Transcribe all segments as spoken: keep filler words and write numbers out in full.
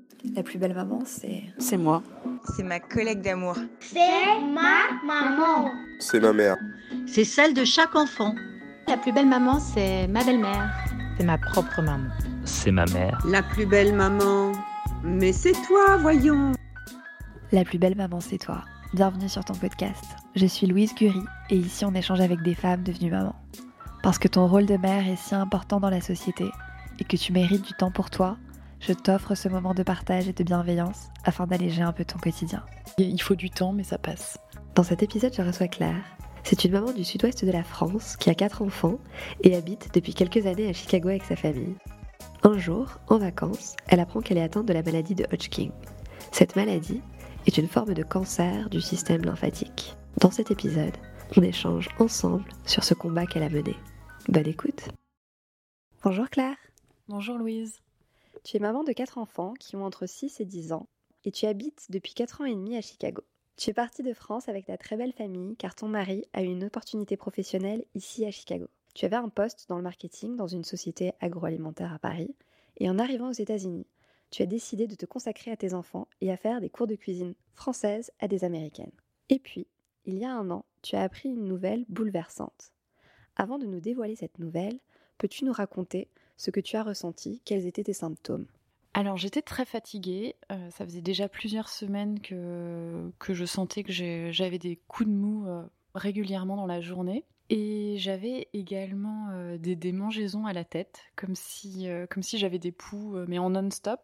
La plus belle maman, c'est... C'est moi. C'est ma collègue d'amour. C'est ma maman. C'est ma mère. C'est celle de chaque enfant. La plus belle maman, c'est ma belle-mère. C'est ma propre maman. C'est ma mère. La plus belle maman. Mais c'est toi, voyons. La plus belle maman, c'est toi. Bienvenue sur ton podcast. Je suis Louise Gury et ici on échange avec des femmes devenues mamans. Parce que ton rôle de mère est si important dans la société et que tu mérites du temps pour toi, je t'offre ce moment de partage et de bienveillance afin d'alléger un peu ton quotidien. Il faut du temps, mais ça passe. Dans cet épisode, je reçois Claire. C'est une maman du sud-ouest de la France qui a quatre enfants et habite depuis quelques années à Chicago avec sa famille. Un jour, en vacances, elle apprend qu'elle est atteinte de la maladie de Hodgkin. Cette maladie est une forme de cancer du système lymphatique. Dans cet épisode, on échange ensemble sur ce combat qu'elle a mené. Bonne écoute. Bonjour Claire. Bonjour Louise. Tu es maman de quatre enfants qui ont entre six et dix ans et tu habites depuis quatre ans et demi à Chicago. Tu es partie de France avec ta très belle famille car ton mari a eu une opportunité professionnelle ici à Chicago. Tu avais un poste dans le marketing dans une société agroalimentaire à Paris et en arrivant aux États-Unis, tu as décidé de te consacrer à tes enfants et à faire des cours de cuisine française à des Américaines. Et puis, il y a un an, tu as appris une nouvelle bouleversante. Avant de nous dévoiler cette nouvelle, peux-tu nous raconter ce que tu as ressenti, quels étaient tes symptômes ? Alors j'étais très fatiguée, euh, ça faisait déjà plusieurs semaines que, que je sentais que j'ai, j'avais des coups de mou euh, régulièrement dans la journée. Et j'avais également euh, des, des mangeaisons à la tête, comme si, euh, comme si j'avais des poux, euh, mais en non-stop.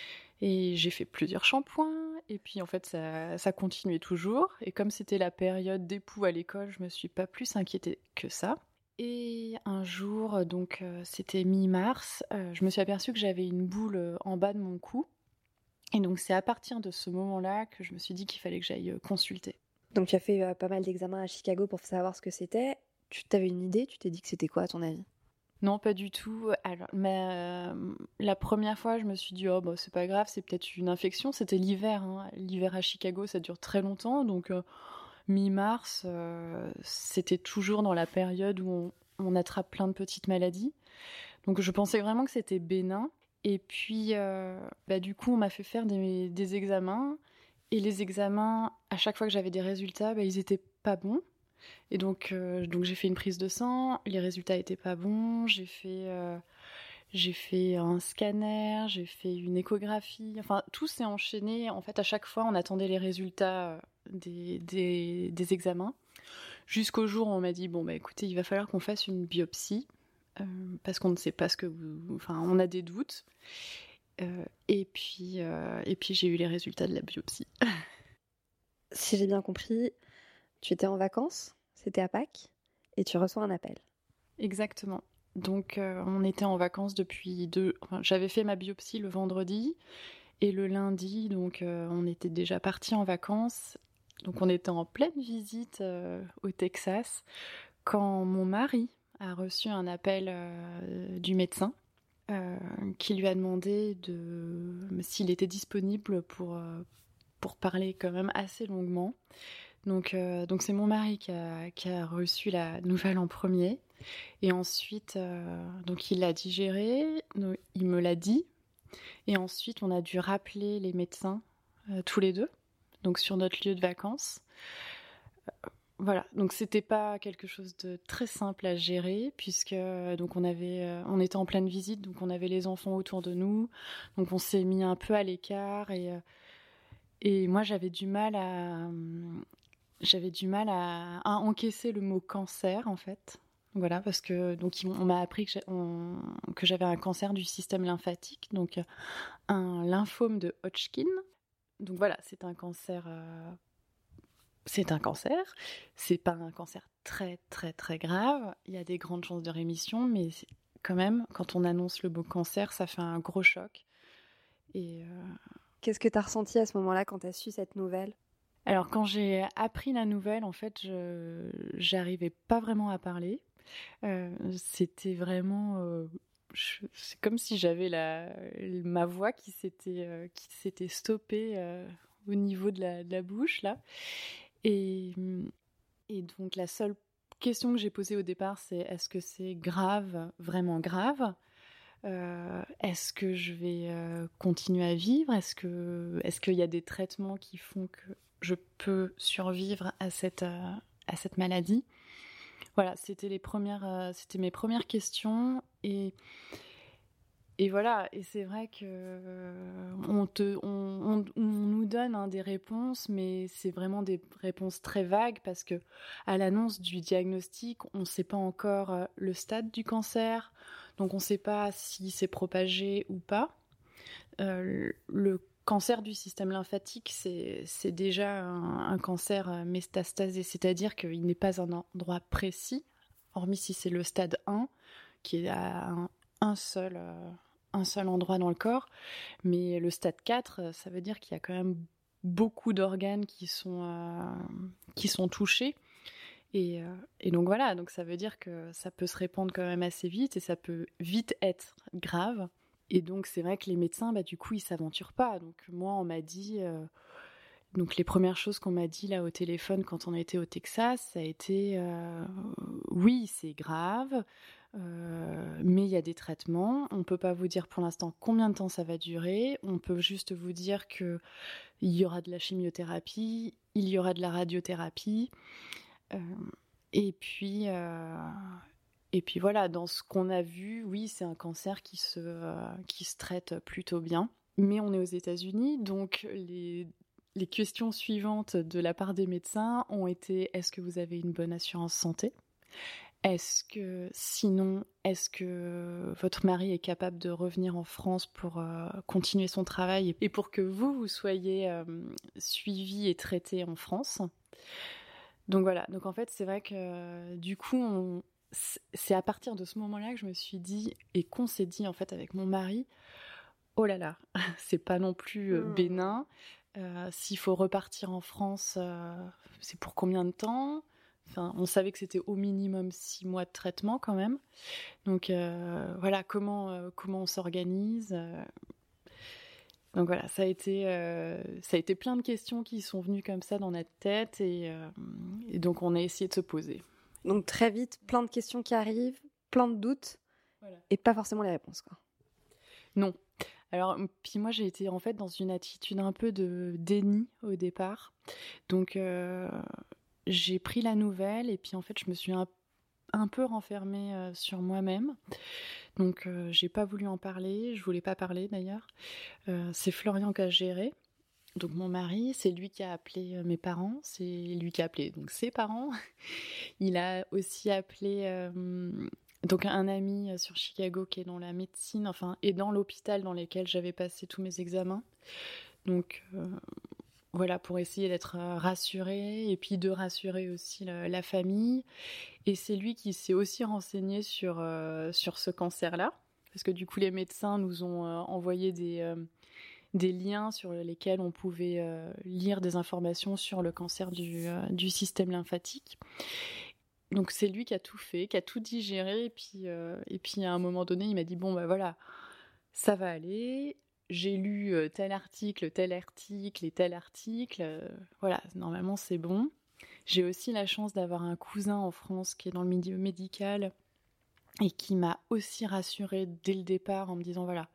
Et j'ai fait plusieurs shampoings, et puis en fait ça, ça continuait toujours. Et comme c'était la période des poux à l'école, je me suis pas plus inquiétée que ça. Et un jour, donc euh, c'était mi-mars, euh, je me suis aperçue que j'avais une boule euh, en bas de mon cou. Et donc c'est à partir de ce moment-là que je me suis dit qu'il fallait que j'aille euh, consulter. Donc tu as fait euh, pas mal d'examens à Chicago pour savoir ce que c'était. Tu t'avais une idée, tu t'es dit que c'était quoi à ton avis ? Non, pas du tout. Alors, mais, euh, la première fois, je me suis dit, oh, bah, c'est pas grave, c'est peut-être une infection. C'était l'hiver. Hein. L'hiver à Chicago, ça dure très longtemps. Donc, euh, mi-mars, euh, c'était toujours dans la période où on, on attrape plein de petites maladies. Donc, je pensais vraiment que c'était bénin. Et puis, euh, bah, du coup, on m'a fait faire des, des examens. Et les examens, à chaque fois que j'avais des résultats, bah, ils étaient pas bons. Et donc, euh, donc j'ai fait une prise de sang, les résultats étaient pas bons, j'ai fait, euh, j'ai fait un scanner, j'ai fait une échographie, enfin tout s'est enchaîné. En fait, à chaque fois, on attendait les résultats des, des, des examens, jusqu'au jour où on m'a dit, bon bah écoutez, il va falloir qu'on fasse une biopsie, euh, parce qu'on ne sait pas ce que vous... Enfin, on a des doutes. Euh, et, puis, euh, et puis j'ai eu les résultats de la biopsie. Si j'ai bien compris, tu étais en vacances, c'était à Pâques, et tu reçois un appel. Exactement. Donc, euh, on était en vacances depuis deux... Enfin, j'avais fait ma biopsie le vendredi, et le lundi, donc, euh, on était déjà partis en vacances. Donc, on était en pleine visite euh, au Texas, quand mon mari a reçu un appel euh, du médecin, euh, qui lui a demandé de... s'il était disponible pour, euh, pour parler quand même assez longuement. Donc, euh, donc c'est mon mari qui a, qui a reçu la nouvelle en premier. Et ensuite, euh, donc il l'a digéré, donc il me l'a dit. Et ensuite, on a dû rappeler les médecins, euh, tous les deux, donc sur notre lieu de vacances. Euh, voilà, donc c'était pas quelque chose de très simple à gérer, puisque donc on, avait, euh, on était en pleine visite, donc on avait les enfants autour de nous. Donc on s'est mis un peu à l'écart. Et, euh, et moi, j'avais du mal à... J'avais du mal à, à encaisser le mot cancer, en fait. Voilà, parce que donc on m'a appris que, j'ai, on, que j'avais un cancer du système lymphatique, donc un lymphome de Hodgkin. Donc voilà, c'est un cancer. Euh, c'est un cancer. C'est pas un cancer très très très grave. Il y a des grandes chances de rémission, mais quand même, quand on annonce le mot cancer, ça fait un gros choc. Et euh... qu'est-ce que tu as ressenti à ce moment-là quand tu as su cette nouvelle ? Alors, quand j'ai appris la nouvelle, en fait, je j'arrivais pas vraiment à parler. Euh, c'était vraiment... Euh, je, c'est comme si j'avais la, ma voix qui s'était, euh, qui s'était stoppée euh, au niveau de la, de la bouche, là. Et, et donc, la seule question que j'ai posée au départ, c'est est-ce que c'est grave, vraiment grave ? Euh, est-ce que je vais euh, continuer à vivre ? Est-ce que, est-ce qu'il y a des traitements qui font que je peux survivre à cette, euh, à cette maladie ? Voilà, c'était les premières, euh, c'était mes premières questions et et voilà. Et c'est vrai que euh, on te, on, on, on nous donne hein, des réponses, mais c'est vraiment des réponses très vagues parce que à l'annonce du diagnostic, on ne sait pas encore euh, le stade du cancer, donc on ne sait pas si c'est propagé ou pas. Euh, le cancer du système lymphatique, c'est, c'est déjà un, un cancer métastasé, c'est-à-dire qu'il n'est pas un endroit précis, hormis si c'est le stade un, qui est à un, un, seul, euh, un seul endroit dans le corps. Mais le stade quatre, ça veut dire qu'il y a quand même beaucoup d'organes qui sont, euh, qui sont touchés. Et, euh, et donc voilà, donc ça veut dire que ça peut se répandre quand même assez vite et ça peut vite être grave. Et donc, c'est vrai que les médecins, bah, du coup, ils ne s'aventurent pas. Donc, moi, on m'a dit... Euh, donc, les premières choses qu'on m'a dit là au téléphone quand on était au Texas, ça a été... Euh, oui, c'est grave, euh, mais il y a des traitements. On ne peut pas vous dire pour l'instant combien de temps ça va durer. On peut juste vous dire qu'il y aura de la chimiothérapie, il y aura de la radiothérapie. Euh, et puis... Euh, Et puis voilà, dans ce qu'on a vu, oui, c'est un cancer qui se, euh, qui se traite plutôt bien. Mais on est aux États-Unis, donc les, les questions suivantes de la part des médecins ont été: est-ce que vous avez une bonne assurance santé ? Est-ce que, sinon, est-ce que votre mari est capable de revenir en France pour euh, continuer son travail et pour que vous, vous soyez euh, suivi et traité en France ? Donc voilà, donc en fait, c'est vrai que du coup, on... c'est à partir de ce moment-là que je me suis dit, et qu'on s'est dit en fait avec mon mari, oh là là, c'est pas non plus euh, bénin. Euh, s'il faut repartir en France, euh, c'est pour combien de temps ? Enfin, on savait que c'était au minimum six mois de traitement quand même. Donc euh, voilà, comment, euh, comment on s'organise euh... Donc voilà, ça a été, euh, ça a été plein de questions qui sont venues comme ça dans notre tête et, euh, et donc on a essayé de se poser. Donc très vite, plein de questions qui arrivent, plein de doutes, voilà. Et pas forcément les réponses, quoi. Non. Alors, puis moi, j'ai été en fait dans une attitude un peu de déni au départ. Donc, euh, j'ai pris la nouvelle et puis en fait, je me suis un, un peu renfermée euh, sur moi-même. Donc, euh, j'ai pas voulu en parler, je voulais pas parler d'ailleurs. Euh, c'est Florian qui a géré. Donc mon mari, c'est lui qui a appelé mes parents, c'est lui qui a appelé donc ses parents. Il a aussi appelé euh, donc un ami sur Chicago qui est dans la médecine, enfin, et dans l'hôpital dans lequel j'avais passé tous mes examens. Donc euh, voilà, pour essayer d'être rassurée et puis de rassurer aussi la, la famille. Et c'est lui qui s'est aussi renseigné sur, euh, sur ce cancer-là, parce que du coup les médecins nous ont euh, envoyé des... Euh, des liens sur lesquels on pouvait euh, lire des informations sur le cancer du, euh, du système lymphatique. Donc c'est lui qui a tout fait, qui a tout digéré, et puis, euh, et puis à un moment donné, il m'a dit, bon ben bah, voilà, ça va aller, j'ai lu euh, tel article, tel article et tel article, euh, voilà, normalement c'est bon. J'ai aussi la chance d'avoir un cousin en France qui est dans le milieu médical et qui m'a aussi rassurée dès le départ en me disant, voilà,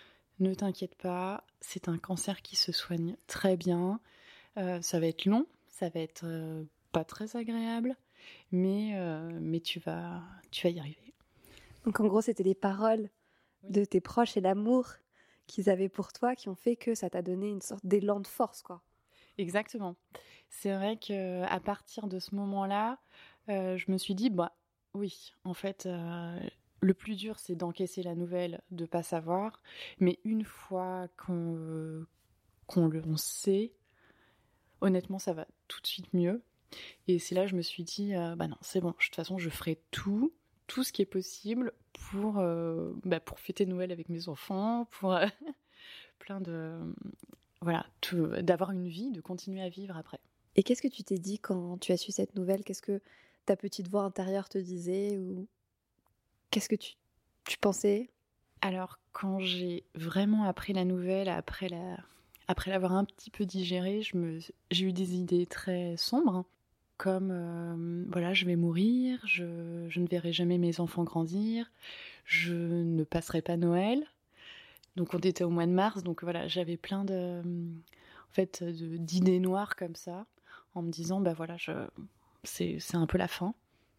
ne t'inquiète pas, c'est un cancer qui se soigne très bien. Euh, ça va être long, ça va être euh, pas très agréable, mais, euh, mais tu vas, tu vas y arriver. Donc en gros, c'était les paroles oui. de tes proches et l'amour qu'ils avaient pour toi qui ont fait que ça t'a donné une sorte d'élan de force, quoi. Exactement. C'est vrai qu'à partir de ce moment-là, euh, je me suis dit, bah oui, en fait... Euh, le plus dur, c'est d'encaisser la nouvelle, de ne pas savoir. Mais une fois qu'on, euh, qu'on le on sait, honnêtement, ça va tout de suite mieux. Et c'est là que je me suis dit, euh, bah non, c'est bon, de toute façon, je ferai tout, tout ce qui est possible pour, euh, bah, pour fêter Noël avec mes enfants, pour euh, plein de... Voilà, tout, d'avoir une vie, de continuer à vivre après. Et qu'est-ce que tu t'es dit quand tu as su cette nouvelle ? Qu'est-ce que ta petite voix intérieure te disait ou... Qu'est-ce que tu, tu pensais ? Alors, quand j'ai vraiment appris la nouvelle, après, la, après l'avoir un petit peu digérée, je me, j'ai eu des idées très sombres. comme euh, voilà, je vais mourir, je, je ne verrai jamais mes enfants grandir, je ne passerai pas Noël. Donc on était au mois de mars, donc voilà, j'avais plein de, en fait, de, d'idées noires comme ça, en me disant, bah voilà, je, c'est, c'est un peu la fin.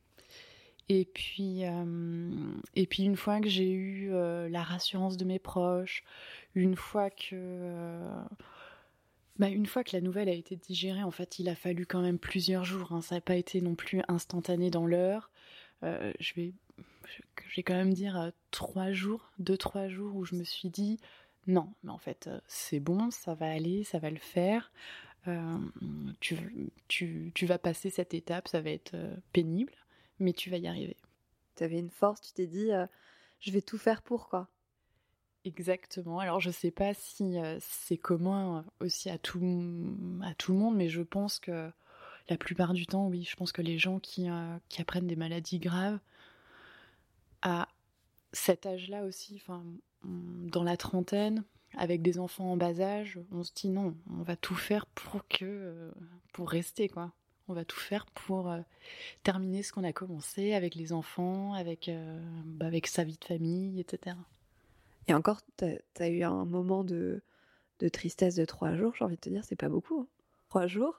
Et puis, euh, et puis une fois que j'ai eu euh, la rassurance de mes proches, une fois que, euh, bah une fois que la nouvelle a été digérée, en fait, il a fallu quand même plusieurs jours. Hein, ça n'a pas été non plus instantané dans l'heure. Euh, je vais, je vais quand même dire euh, trois jours, deux trois jours où je me suis dit non, mais en fait, euh, c'est bon, ça va aller, ça va le faire. Euh, tu, tu, tu vas passer cette étape, ça va être euh, pénible. Mais tu vas y arriver. Tu avais une force, tu t'es dit, euh, je vais tout faire pour, quoi. Exactement. Alors, je sais pas si euh, c'est commun aussi à tout, à tout le monde, mais je pense que la plupart du temps, oui, je pense que les gens qui, euh, qui apprennent des maladies graves, à cet âge-là aussi, enfin, dans la trentaine, avec des enfants en bas âge, on se dit non, on va tout faire pour que, euh, pour rester, quoi. On va tout faire pour euh, terminer ce qu'on a commencé avec les enfants, avec, euh, bah, avec sa vie de famille, et cetera. Et encore, t'as, t'as eu un moment de, de tristesse de trois jours, j'ai envie de te dire, c'est pas beaucoup. Hein. Trois jours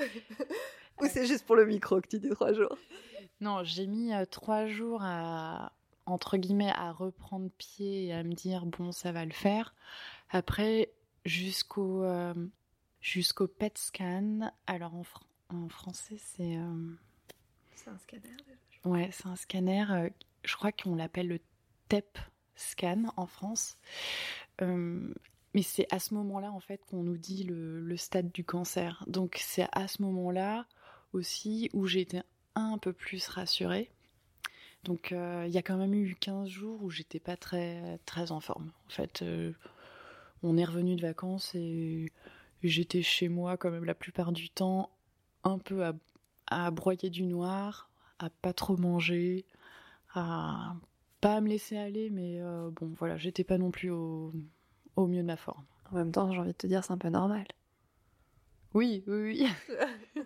Ou c'est juste pour le micro que tu dis trois jours? Non, j'ai mis euh, trois jours à, entre guillemets, à reprendre pied et à me dire, bon, ça va le faire. Après, jusqu'au, euh, jusqu'au P E T scan, alors en France, En français, c'est... Euh... C'est un scanner déjà. Ouais, c'est un scanner. Euh, je crois qu'on l'appelle le T E P scan en France. Euh, mais c'est à ce moment-là, en fait, qu'on nous dit le, le stade du cancer. Donc, c'est à ce moment-là aussi où j'ai été un peu plus rassurée. Donc, euh, il y a quand même eu quinze jours où j'étais pas très, très en forme. En fait, euh, on est revenu de vacances et j'étais chez moi quand même la plupart du temps, un peu à, à broyer du noir, à pas trop manger, à pas me laisser aller, mais euh, bon, voilà, j'étais pas non plus au, au mieux de ma forme. En même temps, j'ai envie de te dire, c'est un peu normal. Oui, oui, oui.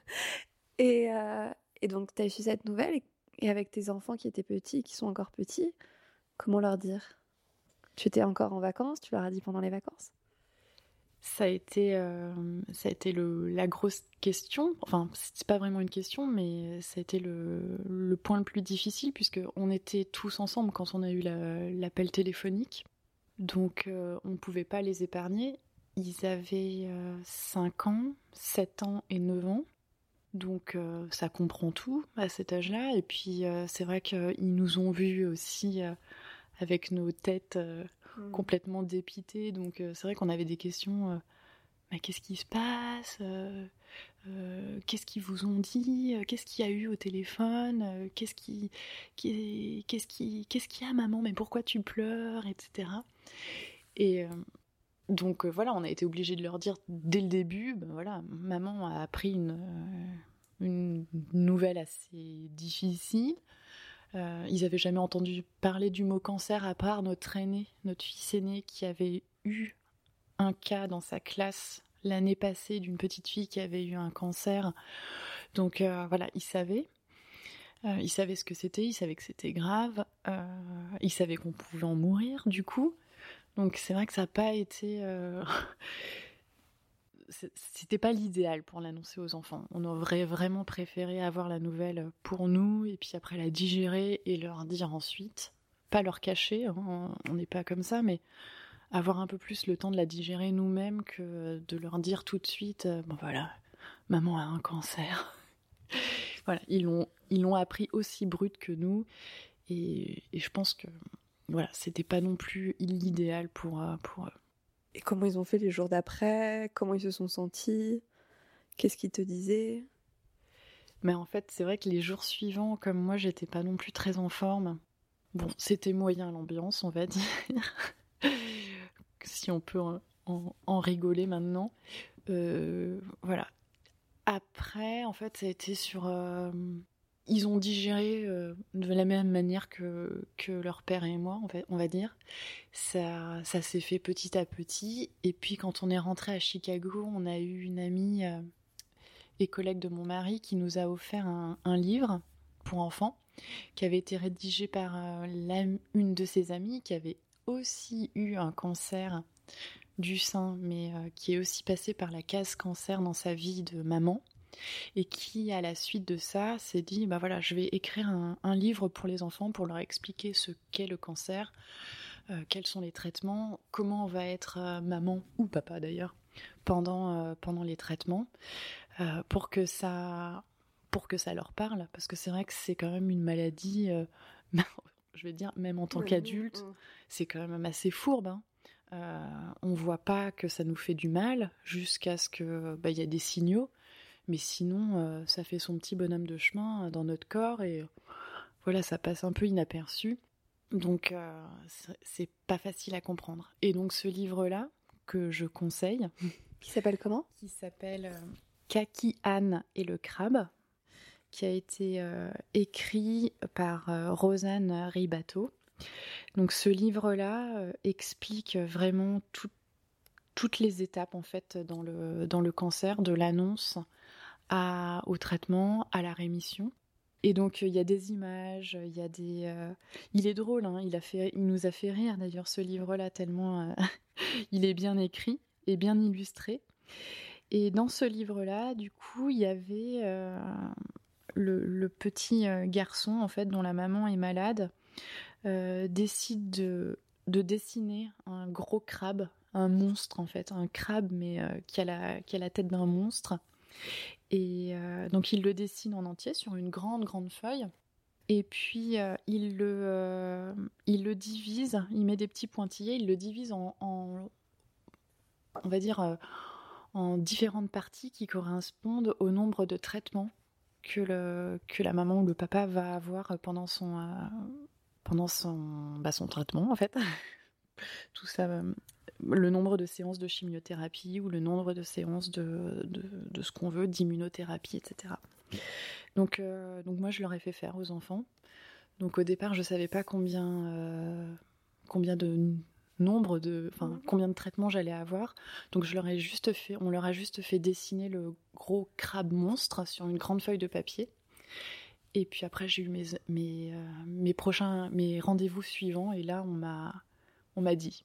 et, euh, et donc, t'as eu cette nouvelle, et, et avec tes enfants qui étaient petits, qui sont encore petits, comment leur dire? Tu étais encore en vacances, tu leur as dit pendant les vacances? Ça a été, euh, ça a été le, la grosse question. Enfin, c'est pas vraiment une question, mais ça a été le, le point le plus difficile puisqu'on était tous ensemble quand on a eu la, l'appel téléphonique. Donc, euh, on ne pouvait pas les épargner. Ils avaient euh, cinq ans, sept ans et neuf ans. Donc, euh, ça comprend tout à cet âge-là. Et puis, euh, c'est vrai qu'ils nous ont vus aussi euh, avec nos têtes... Euh, complètement dépité, donc euh, c'est vrai qu'on avait des questions, euh, mais qu'est-ce qui se passe, euh, euh, qu'est-ce qu'ils vous ont dit, euh, qu'est-ce qu'il y a eu au téléphone, euh, qu'est-ce qui, qui, qu'est-ce qui, qu'est-ce qu'il y a maman, mais pourquoi tu pleures, et cetera. Et euh, donc euh, voilà, on a été obligés de leur dire dès le début, ben voilà, maman a appris une, euh, une nouvelle assez difficile. Euh, ils n'avaient jamais entendu parler du mot cancer à part notre aîné, notre fils aîné qui avait eu un cas dans sa classe l'année passée d'une petite fille qui avait eu un cancer. Donc euh, voilà, ils savaient. Euh, ils savaient ce que c'était, ils savaient que c'était grave. Euh, ils savaient qu'on pouvait en mourir du coup. Donc c'est vrai que ça n'a pas été... Euh... C'était pas l'idéal pour l'annoncer aux enfants. On aurait vraiment préféré avoir la nouvelle pour nous et puis après la digérer et leur dire ensuite, pas leur cacher, hein, on n'est pas comme ça, mais avoir un peu plus le temps de la digérer nous-mêmes que de leur dire tout de suite, euh, bon voilà, maman a un cancer. Voilà, ils l'ont, ils l'ont appris aussi brut que nous et, et je pense que voilà, c'était pas non plus l'idéal pour, pour eux. Et comment ils ont fait les jours d'après? Comment ils se sont sentis? Qu'est-ce qu'ils te disaient? Mais en fait, c'est vrai que les jours suivants, comme moi, j'étais pas non plus très en forme. Bon, c'était moyen l'ambiance, on va dire. Si on peut en, en, en rigoler maintenant. Euh, voilà. Après, en fait, ça a été sur... Euh, ils ont digéré euh, de la même manière que, que leur père et moi, en fait, on va dire. Ça, ça s'est fait petit à petit. Et puis, quand on est rentré à Chicago, on a eu une amie... Euh, et collègue de mon mari qui nous a offert un, un livre pour enfants qui avait été rédigé par euh, la, une de ses amies qui avait aussi eu un cancer du sein, mais euh, qui est aussi passée par la case cancer dans sa vie de maman, et qui, à la suite de ça, s'est dit, bah voilà, je vais écrire un, un livre pour les enfants pour leur expliquer ce qu'est le cancer, euh, quels sont les traitements, comment on va être euh, maman, ou papa d'ailleurs, pendant, euh, pendant les traitements, euh, pour que ça... pour que ça leur parle, parce que c'est vrai que c'est quand même une maladie, euh, je vais dire, même en tant qu'adulte, c'est quand même assez fourbe, hein. Euh, on voit pas que ça nous fait du mal jusqu'à ce que bah, y a des signaux, mais sinon euh, ça fait son petit bonhomme de chemin dans notre corps et voilà, ça passe un peu inaperçu, donc euh, c'est pas facile à comprendre. Et donc ce livre-là que je conseille, qui s'appelle comment ? Qui s'appelle euh, Kaki Anne et le crabe, qui a été euh, écrit par euh, Rosanne Ribato. Donc ce livre-là euh, explique vraiment tout, toutes les étapes en fait dans le, dans le cancer, de l'annonce à, au traitement, à la rémission. Et donc il y a des images, il y a des, euh... il est drôle, hein, il a fait, il nous a fait rire d'ailleurs ce livre-là tellement euh, il est bien écrit et bien illustré. Et dans ce livre-là, du coup, il y avait euh, le, le petit garçon en fait dont la maman est malade. Euh, décide de, de dessiner un gros crabe, un monstre en fait, un crabe mais euh, qui, a la, qui a la tête d'un monstre. Et euh, donc il le dessine en entier sur une grande grande feuille. Et puis euh, il, le, euh, il le divise, il met des petits pointillés, il le divise en, en on va dire, euh, en différentes parties qui correspondent au nombre de traitements que, le, que la maman ou le papa va avoir pendant son... Euh, pendant son, bah son traitement en fait, tout ça, euh, le nombre de séances de chimiothérapie ou le nombre de séances de, de, de ce qu'on veut, d'immunothérapie, et cetera. Donc, euh, donc moi je leur ai fait faire aux enfants. Donc au départ je savais pas combien, euh, combien de nombre de, enfin combien de traitements j'allais avoir. Donc je leur ai juste fait, on leur a juste fait dessiner le gros crabe monstre sur une grande feuille de papier. Et puis après, j'ai eu mes, mes, euh, mes prochains mes rendez-vous suivants, et là, on m'a, on m'a dit.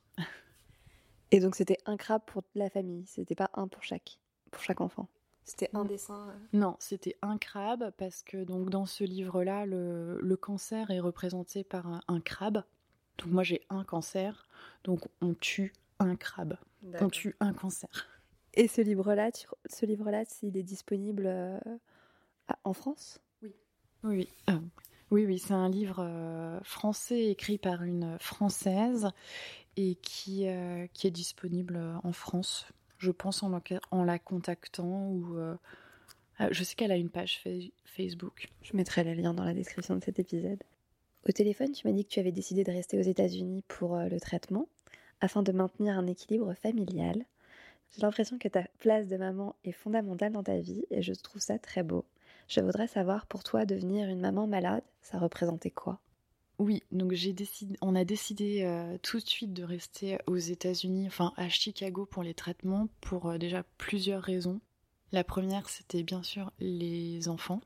Et donc, c'était un crabe pour la famille, c'était pas un pour chaque, pour chaque enfant. C'était un non. dessin. Euh... Non, c'était un crabe, parce que donc, dans ce livre-là, le, le cancer est représenté par un, un crabe. Donc moi, j'ai un cancer, donc on tue un crabe. D'accord. On tue un cancer. Et ce livre-là, tu, ce livre-là, il est disponible euh, à, en France ? Oui, oui, euh, oui, oui, c'est un livre euh, français écrit par une Française et qui, euh, qui est disponible en France, je pense en la, en la contactant. Ou, euh, je sais qu'elle a une page fa- Facebook. Je mettrai le lien dans la description de cet épisode. Au téléphone, tu m'as dit que tu avais décidé de rester aux États-Unis pour euh, le traitement, afin de maintenir un équilibre familial. J'ai l'impression que ta place de maman est fondamentale dans ta vie et je trouve ça très beau. Je voudrais savoir, pour toi, devenir une maman malade, ça représentait quoi ? Oui, donc j'ai décidé, on a décidé euh, tout de suite de rester aux États-Unis, enfin à Chicago pour les traitements, pour euh, déjà plusieurs raisons. La première, c'était bien sûr les enfants,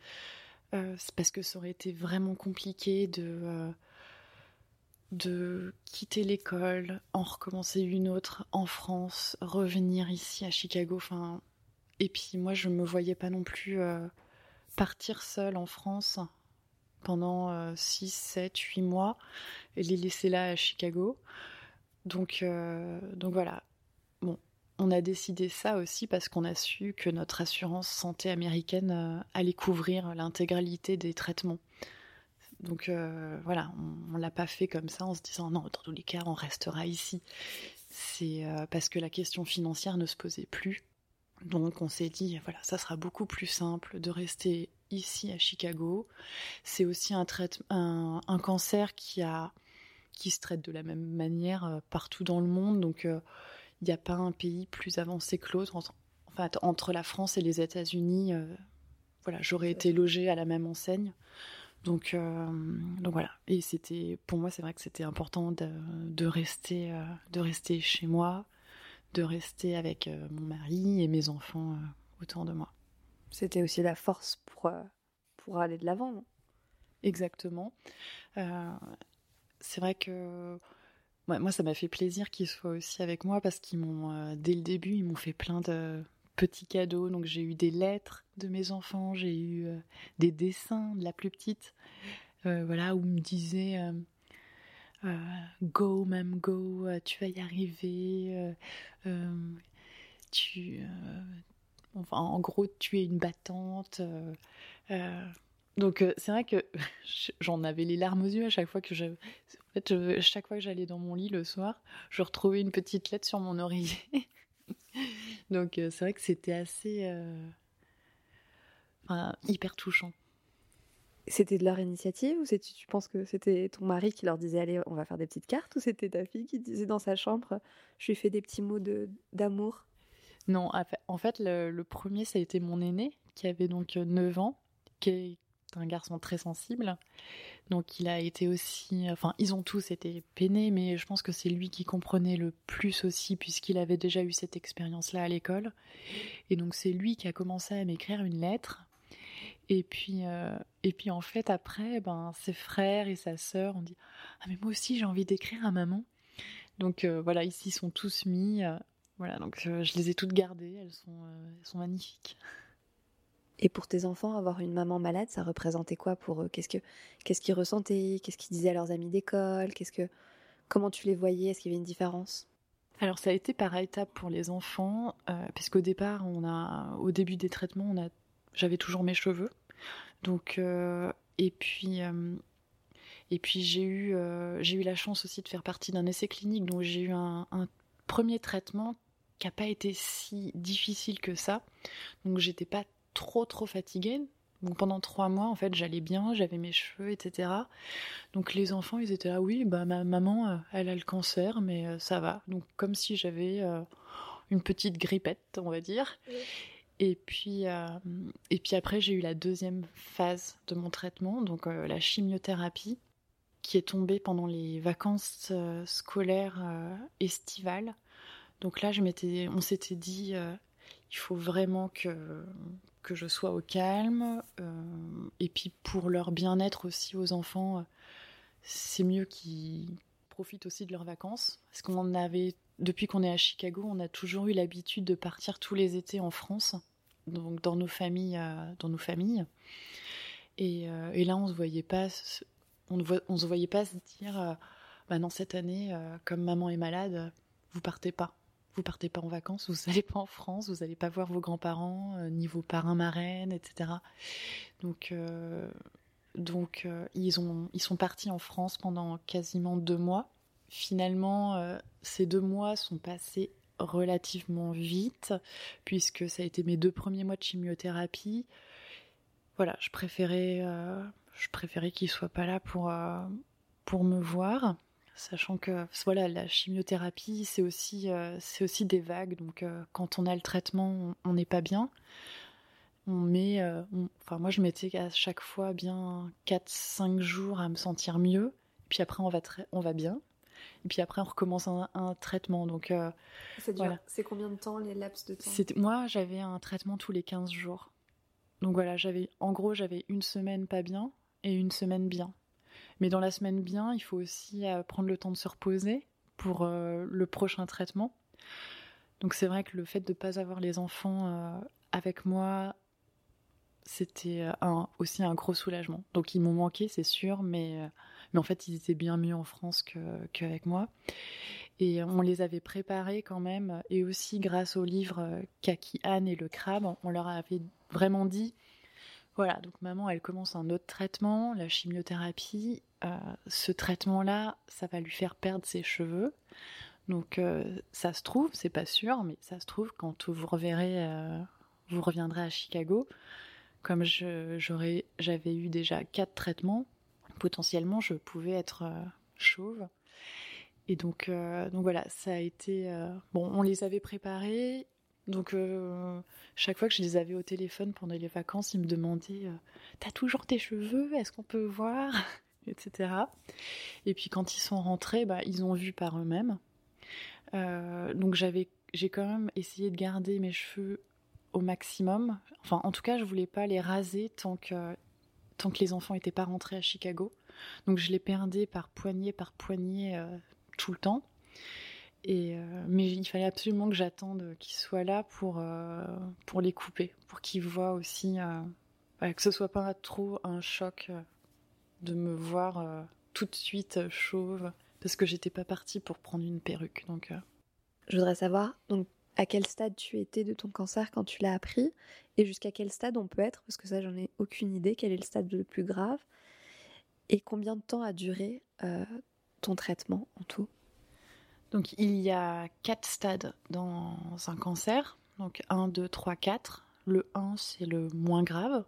euh, c'est parce que ça aurait été vraiment compliqué de, euh, de quitter l'école, en recommencer une autre en France, revenir ici à Chicago, enfin... Et puis moi, je me voyais pas non plus... Euh, partir seule en France pendant euh, six, sept, huit mois et les laisser là à Chicago. Donc, euh, donc voilà. Bon, on a décidé ça aussi parce qu'on a su que notre assurance santé américaine euh, allait couvrir l'intégralité des traitements. Donc euh, voilà, on, on l'a pas fait comme ça en se disant non, dans tous les cas, on restera ici. C'est euh, parce que la question financière ne se posait plus. Donc on s'est dit, voilà, ça sera beaucoup plus simple de rester ici à Chicago. C'est aussi un, traite, un, un cancer qui, a, qui se traite de la même manière euh, partout dans le monde. Donc il euh, n'y a pas un pays plus avancé que l'autre. Entre, enfin, entre la France et les États-Unis, euh, voilà, j'aurais été logée à la même enseigne. Donc, euh, donc voilà. Et c'était, pour moi, c'est vrai que c'était important de, de, rester, euh, de rester chez moi, de rester avec euh, mon mari et mes enfants euh, autour de moi. C'était aussi la force pour, euh, pour aller de l'avant, non ? Exactement. Euh, c'est vrai que ouais, moi, ça m'a fait plaisir qu'ils soient aussi avec moi parce qu'ils m'ont, euh, dès le début, ils m'ont fait plein de petits cadeaux. Donc, j'ai eu des lettres de mes enfants, j'ai eu euh, des dessins de la plus petite, euh, voilà, où ils me disaient euh, euh, Go, même go, euh, tu vas y arriver, euh, euh, tu. Euh, enfin, en gros, tu es une battante. Euh, euh, Donc euh, c'est vrai que j'en avais les larmes aux yeux à chaque fois que je, en fait, je, chaque fois que j'allais dans mon lit le soir, je retrouvais une petite lettre sur mon oreiller. Donc euh, c'est vrai que c'était assez, euh, enfin, hyper touchant. C'était de leur initiative ou c'était, tu penses que c'était ton mari qui leur disait allez, on va faire des petites cartes, ou c'était ta fille qui disait dans sa chambre je lui fais des petits mots de, d'amour? Non, en fait le, le premier ça a été mon aîné qui avait donc neuf ans, qui est un garçon très sensible. Donc il a été aussi, enfin ils ont tous été peinés, mais je pense que c'est lui qui comprenait le plus aussi puisqu'il avait déjà eu cette expérience-là à l'école. Et donc c'est lui qui a commencé à m'écrire une lettre. Et puis, euh, et puis en fait après, ben ses frères et sa sœur ont dit ah mais moi aussi j'ai envie d'écrire à maman. Donc euh, voilà, ils s'y sont tous mis. Euh, voilà, donc euh, je les ai toutes gardées. Elles sont, euh, elles sont magnifiques. Et pour tes enfants, avoir une maman malade, ça représentait quoi pour eux? Qu'est-ce que, qu'est-ce qu'ils ressentaient? Qu'est-ce qu'ils disaient à leurs amis d'école? Qu'est-ce que, comment tu les voyais? Est-ce qu'il y avait une différence? Alors ça a été par étapes pour les enfants, euh, puisqu'au départ, on a, au début des traitements, on a, j'avais toujours mes cheveux. Donc, euh, et puis, euh, et puis j'ai eu, euh, j'ai eu la chance aussi de faire partie d'un essai clinique, donc j'ai eu un, un premier traitement qui n'a pas été si difficile que ça. Donc j'étais pas trop trop fatiguée. Donc pendant trois mois, en fait, j'allais bien, j'avais mes cheveux, et cetera. Donc les enfants, ils étaient là, oui, bah ma maman, elle a le cancer, mais euh, ça va. Donc comme si j'avais euh, une petite grippette, on va dire. Oui. Et puis, euh, et puis après, j'ai eu la deuxième phase de mon traitement, donc euh, la chimiothérapie, qui est tombée pendant les vacances euh, scolaires euh, estivales. Donc là, je m'étais, on s'était dit, euh, il faut vraiment que, que je sois au calme. Euh, et puis pour leur bien-être aussi aux enfants, euh, c'est mieux qu'ils profitent aussi de leurs vacances. Parce qu'on avait, depuis qu'on est à Chicago, on a toujours eu l'habitude de partir tous les étés en France, donc dans nos familles. Euh, dans nos familles. Et, euh, et là, on se voyait pas, on ne vo- on se voyait pas se dire, euh, bah non, cette année, euh, comme maman est malade, vous partez pas. Vous partez pas en vacances, vous n'allez pas en France, vous n'allez pas voir vos grands-parents, euh, ni vos parrains, marraines, et cetera. Donc, euh, donc euh, ils, ont, ils sont partis en France pendant quasiment deux mois. Finalement, euh, ces deux mois sont passés relativement vite, puisque ça a été mes deux premiers mois de chimiothérapie. Voilà, je préférais, euh, je préférais qu'ils soient pas là pour, euh, pour me voir. Sachant que voilà, la chimiothérapie, c'est aussi, euh, c'est aussi des vagues. Donc, euh, quand on a le traitement, on n'est pas bien. On met, euh, on, enfin, moi, je mettais à chaque fois bien quatre cinq jours à me sentir mieux. Puis après, on va, tra- on va bien. Et puis après, on recommence un, un traitement. Donc, euh, c'est, voilà. C'est combien de temps, les laps de temps? C'était, moi, j'avais un traitement tous les quinze jours. Donc voilà, j'avais, en gros, j'avais une semaine pas bien et une semaine bien. Mais dans la semaine bien, il faut aussi euh, prendre le temps de se reposer pour euh, le prochain traitement. Donc c'est vrai que le fait de ne pas avoir les enfants euh, avec moi, c'était un, aussi un gros soulagement. Donc ils m'ont manqué, c'est sûr, mais, euh, mais en fait ils étaient bien mieux en France que, qu'avec moi. Et on les avait préparés quand même, et aussi grâce au livre euh, Kaki Anne et le crabe, on leur avait vraiment dit, voilà, donc maman, elle commence un autre traitement, la chimiothérapie. Euh, ce traitement-là, ça va lui faire perdre ses cheveux. Donc, euh, ça se trouve, c'est pas sûr, mais ça se trouve, quand vous reverrez, euh, vous reviendrez à Chicago, comme je, j'aurais, j'avais eu déjà quatre traitements, potentiellement, je pouvais être euh, chauve. Et donc, euh, donc voilà, ça a été... Euh, bon, on les avait préparés. Donc, euh, chaque fois que je les avais au téléphone pendant les vacances, ils me demandaient euh, « T'as toujours tes cheveux ? Est-ce qu'on peut voir ?» et cetera. Et puis, quand ils sont rentrés, bah, ils ont vu par eux-mêmes. Euh, donc, j'avais, j'ai quand même essayé de garder mes cheveux au maximum. Enfin, en tout cas, je voulais pas les raser tant que, tant que les enfants n'étaient pas rentrés à Chicago. Donc, je les perdais par poignée par poignée euh, tout le temps. Et, euh, mais il fallait absolument que j'attende qu'ils soient là pour, euh, pour les couper, pour qu'ils voient aussi, euh, bah, que ce soit pas trop un choc euh, de me voir euh, tout de suite euh, chauve, parce que j'étais pas partie pour prendre une perruque. Donc, euh... Je voudrais savoir donc, à quel stade tu étais de ton cancer quand tu l'as appris, et jusqu'à quel stade on peut être, parce que ça j'en ai aucune idée, quel est le stade le plus grave, et combien de temps a duré euh, ton traitement en tout? Donc il y a quatre stades dans un cancer, donc un, deux, trois, quatre. Le un, c'est le moins grave,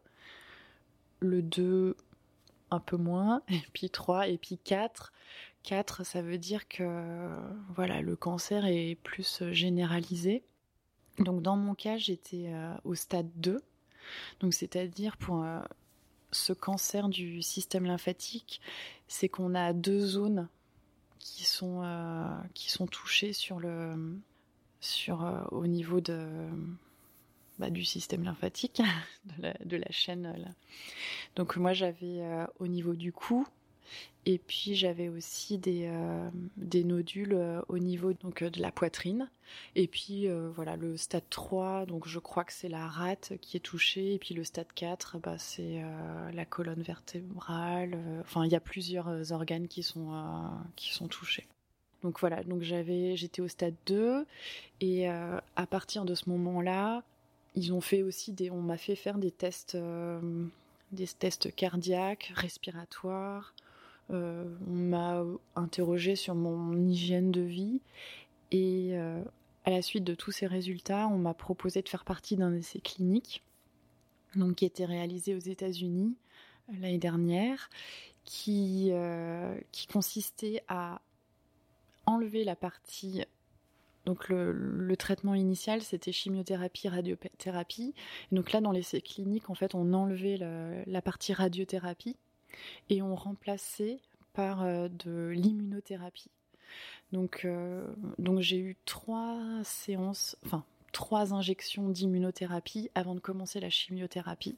le deux, un peu moins, et puis trois, et puis quatre. quatre, ça veut dire que voilà, le cancer est plus généralisé. Donc dans mon cas, j'étais euh, au stade deux, donc c'est-à-dire pour euh, ce cancer du système lymphatique, c'est qu'on a deux zones qui sont, euh, qui sont touchées sur le, sur, euh, au niveau de, bah, du système lymphatique, de la, de la chaîne. Là. Donc moi j'avais euh, au niveau du cou, et puis j'avais aussi des, euh, des nodules euh, au niveau donc, euh, de la poitrine. Et puis euh, voilà, le stade trois, donc je crois que c'est la rate qui est touchée. Et puis le stade quatre, bah, c'est euh, la colonne vertébrale. Euh, enfin, il y a plusieurs organes qui sont, euh, qui sont touchés. Donc voilà, donc j'avais, j'étais au stade deux. Et euh, à partir de ce moment-là, ils ont fait aussi des, on m'a fait faire des tests, euh, des tests cardiaques, respiratoires. Euh, on m'a interrogée sur mon hygiène de vie et euh, à la suite de tous ces résultats, on m'a proposé de faire partie d'un essai clinique donc, qui était réalisé aux États-Unis euh, l'année dernière, qui, euh, qui consistait à enlever la partie... Donc le, le traitement initial, c'était chimiothérapie, radiothérapie. Et donc là, dans l'essai clinique, en fait, on enlevait le, la partie radiothérapie et on remplaçait par euh, de l'immunothérapie. Donc, euh, donc j'ai eu trois séances, enfin trois injections d'immunothérapie avant de commencer la chimiothérapie.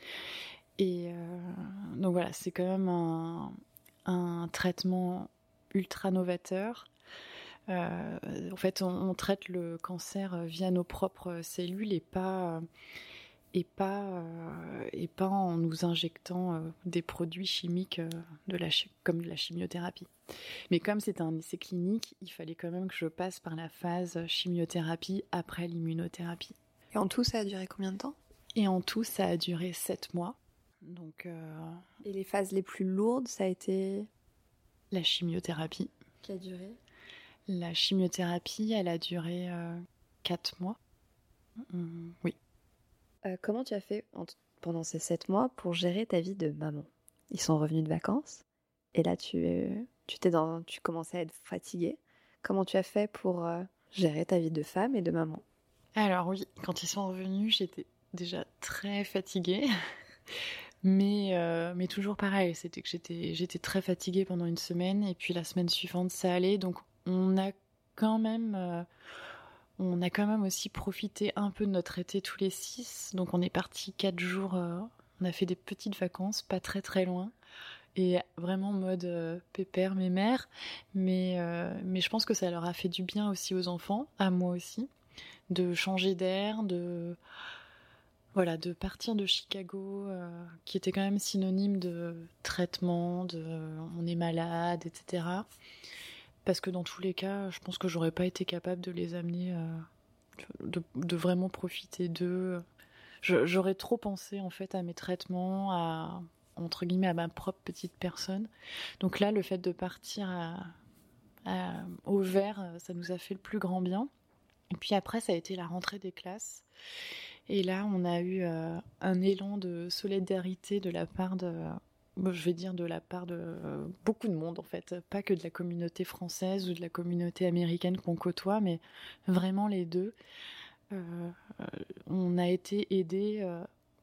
Et euh, donc voilà, c'est quand même un, un traitement ultra novateur. Euh, en fait, on, on traite le cancer via nos propres cellules et pas... Et pas, euh, et pas en nous injectant euh, des produits chimiques euh, de la chi- comme de la chimiothérapie. Mais comme c'était un essai clinique, il fallait quand même que je passe par la phase chimiothérapie après l'immunothérapie. Et en tout, ça a duré combien de temps? Et en tout, ça a duré sept mois. Donc, euh, Et les phases les plus lourdes, ça a été... La chimiothérapie. Qui a duré? La chimiothérapie, elle a duré euh, quatre mois. Mmh, oui. Euh, comment tu as fait en t- pendant ces sept mois pour gérer ta vie de maman? Ils sont revenus de vacances et là tu, euh, tu, t'es dans, tu commençais à être fatiguée. Comment tu as fait pour euh, gérer ta vie de femme et de maman? Alors oui, quand ils sont revenus, j'étais déjà très fatiguée. mais, euh, mais toujours pareil, c'était que j'étais, j'étais très fatiguée pendant une semaine et puis la semaine suivante ça allait. Donc on a quand même... Euh, On a quand même aussi profité un peu de notre été tous les six. Donc on est partis quatre jours, euh, on a fait des petites vacances, pas très très loin. Et vraiment mode euh, pépère, mémère. Mais, euh, mais je pense que ça leur a fait du bien aussi aux enfants, à moi aussi, de changer d'air, de, voilà, de partir de Chicago, euh, qui était quand même synonyme de traitement, de on est malade, et cetera. Parce que dans tous les cas, je pense que j'aurais pas été capable de les amener, euh, de, de vraiment profiter d'eux. Je, j'aurais trop pensé en fait à mes traitements, à entre guillemets à ma propre petite personne. Donc là, le fait de partir à, à, au vert, ça nous a fait le plus grand bien. Et puis après, ça a été la rentrée des classes. Et là, on a eu euh, un élan de solidarité de la part de... je vais dire de la part de euh, beaucoup de monde en fait, pas que de la communauté française ou de la communauté américaine qu'on côtoie, mais vraiment les deux. Euh, euh, on a été aidés euh,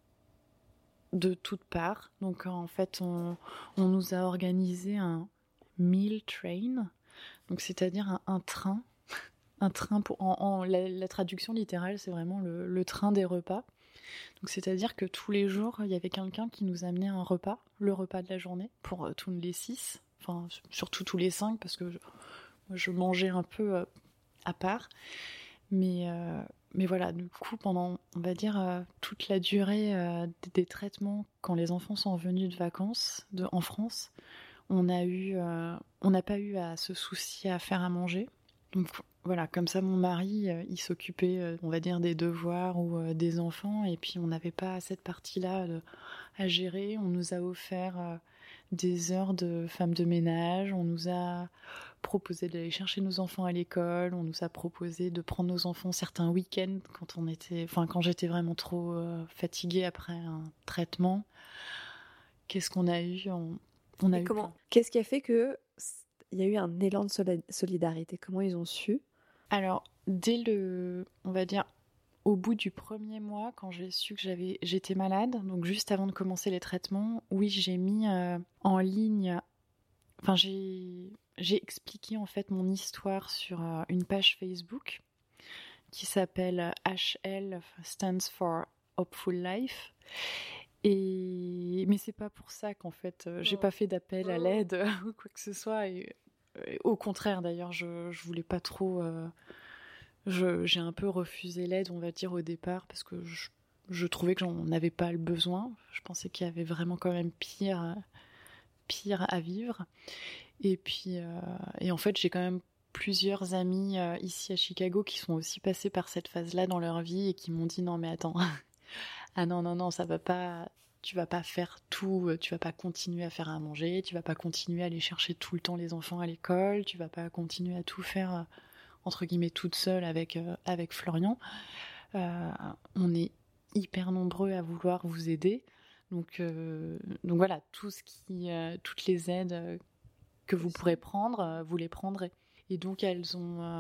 de toutes parts. Donc en fait, on, on nous a organisé un meal train, donc c'est-à-dire un, un train un train pour en, en la, la traduction littérale, c'est vraiment le, le train des repas. Donc c'est-à-dire que tous les jours, il y avait quelqu'un qui nous amenait un repas, le repas de la journée, pour euh, tous les six, enfin surtout tous les cinq, parce que je, moi, je mangeais un peu euh, à part. Mais, euh, mais voilà, du coup, pendant, on va dire, euh, toute la durée euh, des, des traitements, quand les enfants sont venus de vacances de, en France, on a eu, euh, on n'a pas eu à se soucier à faire à manger. Donc voilà, comme ça, mon mari, euh, il s'occupait, euh, on va dire, des devoirs ou euh, des enfants, et puis on n'avait pas cette partie-là de, à gérer. On nous a offert euh, des heures de femme de ménage, on nous a proposé d'aller chercher nos enfants à l'école, on nous a proposé de prendre nos enfants certains week-ends quand on était, enfin quand j'étais vraiment trop euh, fatiguée après un traitement. Qu'est-ce qu'on a eu on, on a Et eu comment, plein. qu'est-ce qui a fait que il y a eu un élan de soli- solidarité? Comment ils ont su? Alors, dès le, on va dire, au bout du premier mois, quand j'ai su que j'avais, j'étais malade, donc juste avant de commencer les traitements, oui, j'ai mis euh, en ligne, enfin j'ai, j'ai expliqué en fait mon histoire sur euh, une page Facebook qui s'appelle H L stands for Hopeful Life. Et mais c'est pas pour ça qu'en fait euh, j'ai pas fait d'appel à l'aide euh, ou quoi que ce soit. Et, et au contraire d'ailleurs, je, je voulais pas trop. Euh, je, j'ai un peu refusé l'aide, on va dire au départ, parce que je, je trouvais que j'en avais pas le besoin. Je pensais qu'il y avait vraiment quand même pire, pire à vivre. Et puis euh, et en fait j'ai quand même plusieurs amis euh, ici à Chicago qui sont aussi passés par cette phase-là dans leur vie et qui m'ont dit non mais attends. Ah non, non, non, ça va pas, tu vas pas faire tout, tu vas pas continuer à faire à manger, tu vas pas continuer à aller chercher tout le temps les enfants à l'école, tu vas pas continuer à tout faire, entre guillemets, toute seule avec, euh, avec Florian. Euh, on est hyper nombreux à vouloir vous aider. Donc, euh, donc voilà, tout ce qui, euh, toutes les aides que vous pourrez prendre, euh, vous les prendrez. Et donc elles ont, euh,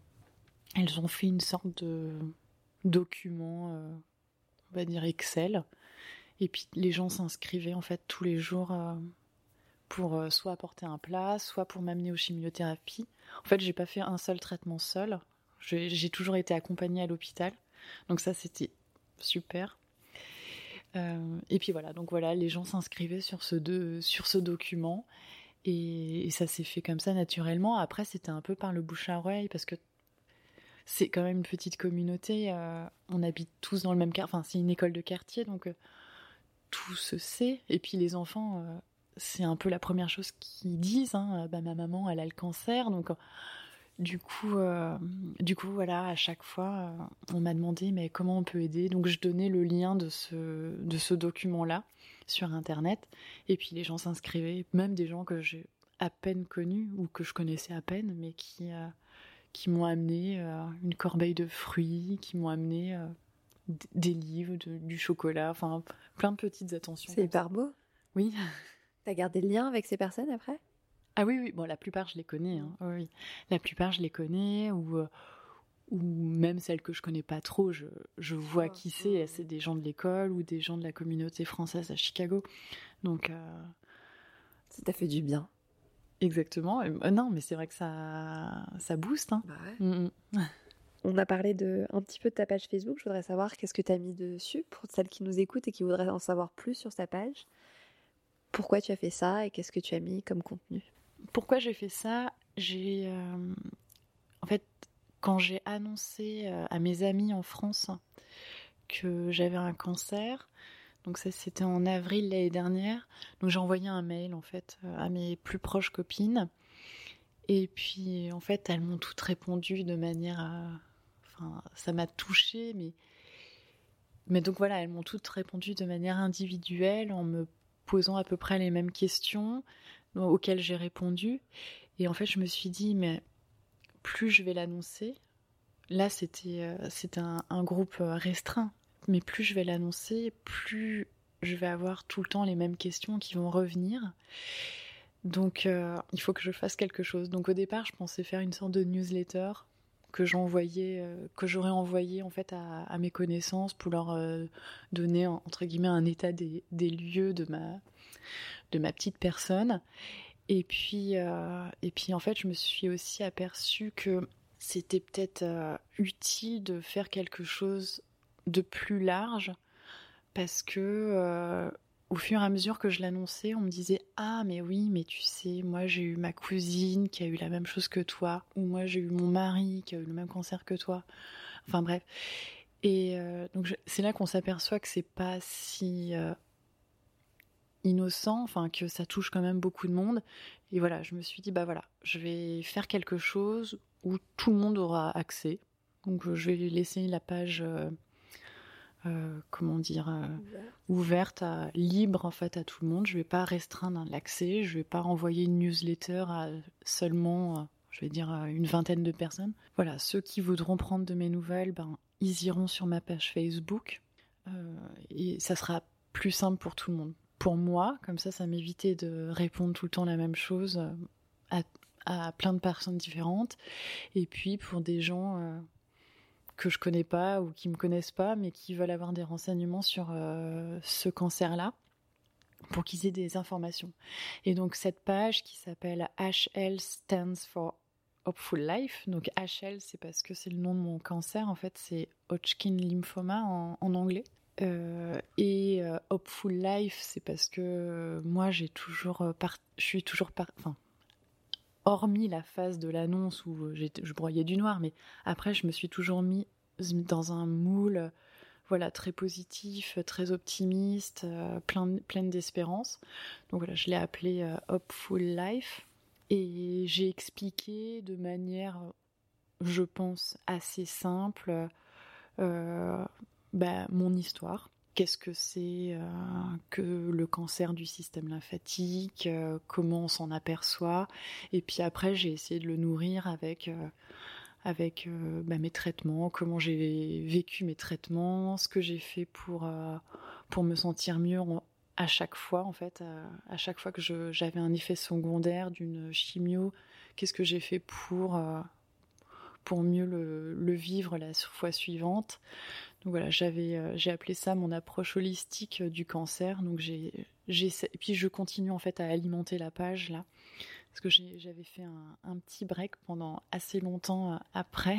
elles ont fait une sorte de document... Euh, on va dire Excel, et puis les gens s'inscrivaient en fait tous les jours euh, pour euh, soit apporter un plat, soit pour m'amener aux chimiothérapies. En fait, j'ai pas fait un seul traitement seul, j'ai, j'ai toujours été accompagnée à l'hôpital, donc ça c'était super. Euh, et puis voilà, donc voilà, les gens s'inscrivaient sur ce, de, sur ce document, et, et ça s'est fait comme ça naturellement. Après, c'était un peu par le bouche à oreille, parce que c'est quand même une petite communauté, euh, on habite tous dans le même quartier, enfin c'est une école de quartier, donc euh, tout se sait. Et puis les enfants, euh, c'est un peu la première chose qu'ils disent, hein, bah, ma maman elle a le cancer, donc euh, du coup, euh, du coup voilà, à chaque fois euh, on m'a demandé mais comment on peut aider, donc je donnais le lien de ce, de ce document-là sur internet, et puis les gens s'inscrivaient, même des gens que j'ai à peine connus ou que je connaissais à peine, mais qui... Euh, qui m'ont amené euh, une corbeille de fruits, qui m'ont amené euh, d- des livres, de, du chocolat, enfin plein de petites attentions. C'est hyper beau. Oui. T'as gardé le lien avec ces personnes après? Ah oui, oui, bon, la plupart je les connais. Hein. Oui, oui. La plupart je les connais, ou, euh, ou même celles que je connais pas trop, je, je vois qui c'est. C'est des gens de l'école ou des gens de la communauté française à Chicago. Donc, euh... ça t'a fait du bien. Exactement. Euh, non, mais c'est vrai que ça, ça booste. Hein. Bah ouais. Mm-hmm. On a parlé de, un petit peu de ta page Facebook. Je voudrais savoir qu'est-ce que tu as mis dessus pour celles qui nous écoutent et qui voudraient en savoir plus sur ta page. Pourquoi tu as fait ça et qu'est-ce que tu as mis comme contenu? Pourquoi j'ai fait ça? J'ai... Euh... En fait, quand j'ai annoncé euh, à mes amis en France que j'avais un cancer... Donc ça, c'était en avril l'année dernière. Donc j'ai envoyé un mail, en fait, à mes plus proches copines. Et puis, en fait, elles m'ont toutes répondu de manière à... Enfin, ça m'a touchée, mais... Mais donc voilà, elles m'ont toutes répondu de manière individuelle, en me posant à peu près les mêmes questions auxquelles j'ai répondu. Et en fait, je me suis dit, mais plus je vais l'annoncer... Là, c'était, euh, c'était un, un groupe restreint. Mais plus je vais l'annoncer, plus je vais avoir tout le temps les mêmes questions qui vont revenir. Donc, euh, il faut que je fasse quelque chose. Donc, au départ, je pensais faire une sorte de newsletter que j'envoyais, euh, que j'aurais envoyé en fait à, à mes connaissances pour leur euh, donner entre guillemets un état des, des lieux de ma de ma petite personne. Et puis, euh, et puis, en fait, je me suis aussi aperçue que c'était peut-être euh, utile de faire quelque chose de plus large parce que euh, au fur et à mesure que je l'annonçais, on me disait « Ah, mais oui, mais tu sais, moi j'ai eu ma cousine qui a eu la même chose que toi, ou moi j'ai eu mon mari qui a eu le même cancer que toi. » Enfin bref. Et euh, donc je, c'est là qu'on s'aperçoit que c'est pas si euh, innocent, enfin que ça touche quand même beaucoup de monde. Et voilà, je me suis dit, bah voilà, je vais faire quelque chose où tout le monde aura accès. Donc je vais laisser la page... Euh, Euh, comment dire, euh, ouverte, à, libre en fait à tout le monde. Je ne vais pas restreindre l'accès, je ne vais pas renvoyer une newsletter à seulement, euh, je vais dire, à une vingtaine de personnes. Voilà, ceux qui voudront prendre de mes nouvelles, ben, ils iront sur ma page Facebook euh, et ça sera plus simple pour tout le monde. Pour moi, comme ça, ça m'évitait de répondre tout le temps la même chose à, à plein de personnes différentes. Et puis pour des gens... Euh, que je connais pas ou qui me connaissent pas, mais qui veulent avoir des renseignements sur euh, ce cancer-là, pour qu'ils aient des informations. Et donc cette page qui s'appelle H L stands for Hopeful Life. Donc H L, c'est parce que c'est le nom de mon cancer. En fait, c'est Hodgkin lymphoma en, en anglais. Euh, et euh, Hopeful Life, c'est parce que euh, moi, j'ai toujours, euh, par... je suis toujours, par... enfin. Hormis la phase de l'annonce où je broyais du noir, mais après je me suis toujours mis dans un moule, voilà, très positif, très optimiste, euh, plein, pleine d'espérance. Donc voilà, je l'ai appelé euh, Hopeful Life et j'ai expliqué de manière, je pense, assez simple euh, bah, mon histoire. Qu'est-ce que c'est euh, que le cancer du système lymphatique, euh, comment on s'en aperçoit. Et puis après, j'ai essayé de le nourrir avec, euh, avec euh, bah, mes traitements, comment j'ai vécu mes traitements, ce que j'ai fait pour, euh, pour me sentir mieux en, à chaque fois, en fait. À, à chaque fois que je, j'avais un effet secondaire d'une chimio, qu'est-ce que j'ai fait pour, euh, pour mieux le, le vivre la fois suivante. Donc voilà, j'avais, euh, j'ai appelé ça mon approche holistique du cancer. Donc j'ai, j'ai, et puis je continue en fait à alimenter la page là, parce que j'ai, j'avais fait un, un petit break pendant assez longtemps euh, après.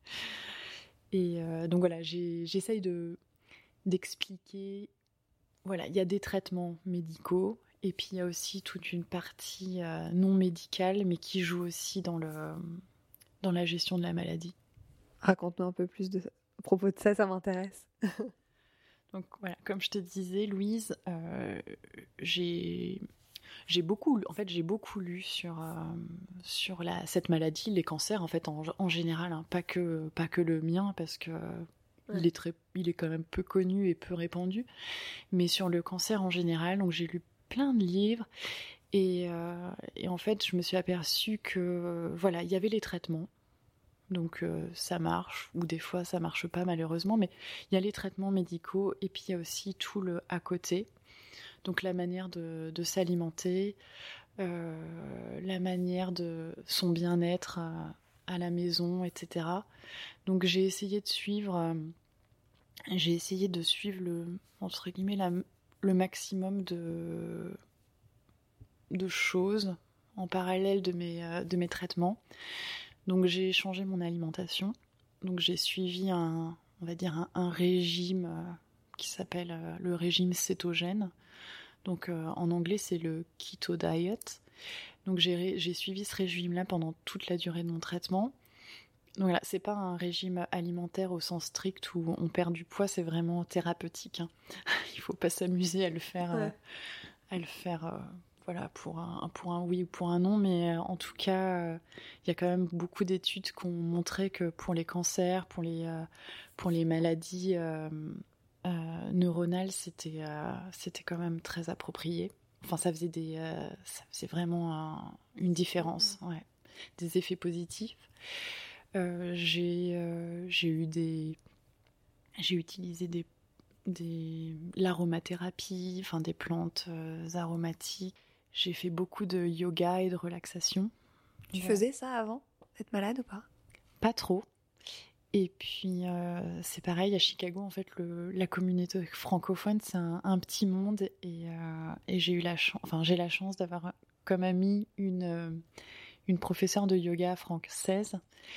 Et euh, donc voilà, j'ai, j'essaye de d'expliquer. Voilà, il y a des traitements médicaux et puis il y a aussi toute une partie euh, non médicale, mais qui joue aussi dans le dans la gestion de la maladie. Raconte-nous un peu plus de, à propos de ça, ça m'intéresse. Donc voilà, comme je te disais, Louise, euh, j'ai, j'ai beaucoup, en fait, j'ai beaucoup lu sur euh, sur la cette maladie, les cancers, en fait, en, en général, hein, pas que pas que le mien, parce que ouais. il est très, il est quand même peu connu et peu répandu, mais sur le cancer en général. Donc j'ai lu plein de livres et, euh, et en fait, je me suis aperçue que voilà, il y avait les traitements. Donc euh, ça marche, ou des fois ça marche pas malheureusement, mais il y a les traitements médicaux et puis il y a aussi tout le à côté, donc la manière de, de s'alimenter, euh, la manière de son bien-être à, à la maison, et cetera. Donc j'ai essayé de suivre, euh, j'ai essayé de suivre le, entre guillemets, la, le maximum de, de choses en parallèle de mes, euh, de mes traitements. Donc j'ai changé mon alimentation. Donc j'ai suivi un, on va dire un, un régime euh, qui s'appelle euh, le régime cétogène. Donc euh, en anglais c'est le keto diet. Donc j'ai, j'ai suivi ce régime-là pendant toute la durée de mon traitement. Donc voilà, c'est pas un régime alimentaire au sens strict où on perd du poids, c'est vraiment thérapeutique. Hein. Il faut pas s'amuser à le faire, ouais. euh, à le faire. Euh, Voilà, pour un, pour un oui ou pour un non, mais en tout cas, il euh, y a quand même beaucoup d'études qui ont montré que pour les cancers, pour les, euh, pour les maladies euh, euh, neuronales, c'était, euh, c'était quand même très approprié. Enfin, ça faisait, des, euh, ça faisait vraiment un, une différence, ouais, des effets positifs. Euh, j'ai, euh, j'ai eu des... J'ai utilisé des, des, l'aromathérapie, enfin des plantes euh, aromatiques. J'ai fait beaucoup de yoga et de relaxation. Tu ouais. faisais ça avant d'être malade ou pas ? Pas trop. Et puis, euh, c'est pareil, à Chicago, en fait, le, la communauté francophone, c'est un, un petit monde. Et, euh, et j'ai eu la chance, enfin, j'ai la chance d'avoir comme amie une, une professeure de yoga française.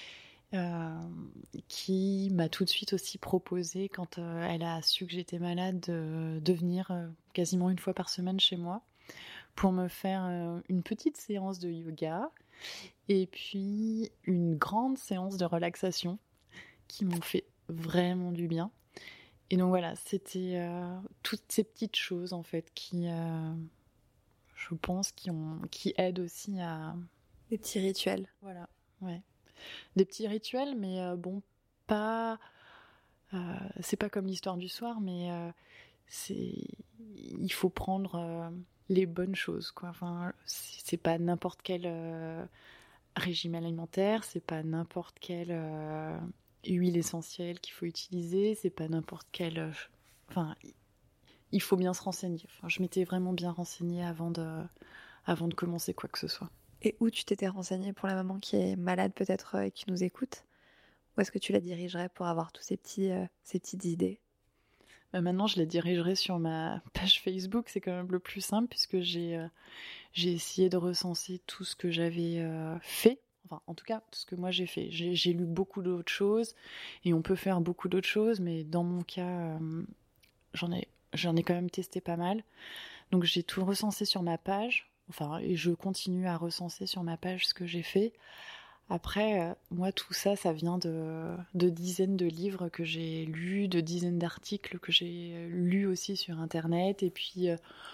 euh, qui m'a tout de suite aussi proposé, quand euh, elle a su que j'étais malade, de, de venir euh, quasiment une fois par semaine chez moi pour me faire euh, une petite séance de yoga et puis une grande séance de relaxation qui m'ont fait vraiment du bien. Et donc voilà, c'était euh, toutes ces petites choses en fait qui, euh, je pense, qui, ont, qui aident aussi à... Des petits rituels. Voilà, ouais. Des petits rituels, mais euh, bon, pas... Euh, c'est pas comme l'histoire du soir, mais euh, c'est... il faut prendre euh, les bonnes choses, quoi. Enfin, c'est, c'est pas n'importe quel euh, régime alimentaire, c'est pas n'importe quelle euh, huile essentielle qu'il faut utiliser, c'est pas n'importe quelle... Euh, enfin, il faut bien se renseigner. Enfin, je m'étais vraiment bien renseignée avant de, avant de commencer quoi que ce soit. Et où tu t'étais renseignée pour la maman qui est malade peut-être euh, et qui nous écoute? Où est-ce que tu la dirigerais pour avoir tous ces, petits, euh, ces petites idées? Bah maintenant, je la dirigerai sur ma page Facebook. C'est quand même le plus simple puisque j'ai, euh, j'ai essayé de recenser tout ce que j'avais euh, fait. Enfin, en tout cas, tout ce que moi j'ai fait. J'ai, j'ai lu beaucoup d'autres choses et on peut faire beaucoup d'autres choses, mais dans mon cas, euh, j'en ai, j'en ai quand même testé pas mal. Donc j'ai tout recensé sur ma page. Enfin, et je continue à recenser sur ma page ce que j'ai fait. Après, euh, moi, tout ça, ça vient de, de dizaines de livres que j'ai lus, de dizaines d'articles que j'ai lus aussi sur Internet, et puis euh,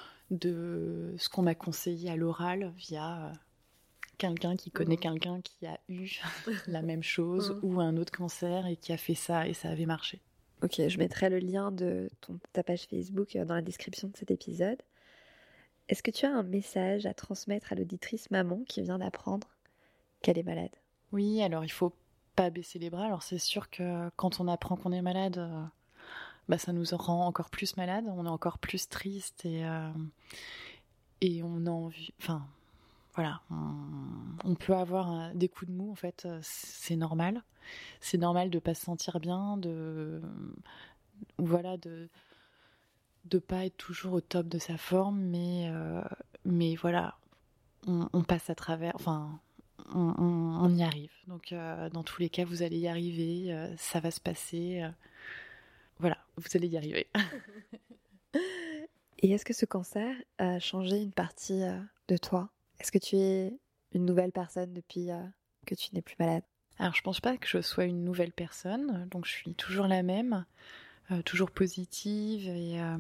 de ce qu'on m'a conseillé à l'oral via euh, quelqu'un qui connaît quelqu'un qui a eu la même chose ou un autre cancer et qui a fait ça et ça avait marché. Ok, je mettrai le lien de ton, ta page Facebook dans la description de cet épisode. Est-ce que tu as un message à transmettre à l'auditrice maman qui vient d'apprendre qu'elle est malade? Oui, alors il faut pas baisser les bras. Alors c'est sûr que quand on apprend qu'on est malade, euh, bah, ça nous rend encore plus malade, on est encore plus triste et, euh, et on a envie... Enfin, voilà, on, on peut avoir euh, des coups de mou, en fait, euh, c'est normal. C'est normal de pas se sentir bien, de... Voilà, de... de pas être toujours au top de sa forme, mais, euh, mais voilà, on, on passe à travers, enfin, on, on, on y arrive. Donc, euh, dans tous les cas, vous allez y arriver, euh, ça va se passer. Euh, voilà, vous allez y arriver. Et est-ce que ce cancer a changé une partie euh, de toi? Est-ce que tu es une nouvelle personne depuis euh, que tu n'es plus malade? Alors, je pense pas que je sois une nouvelle personne, donc je suis toujours la même. Euh, toujours positive et, euh,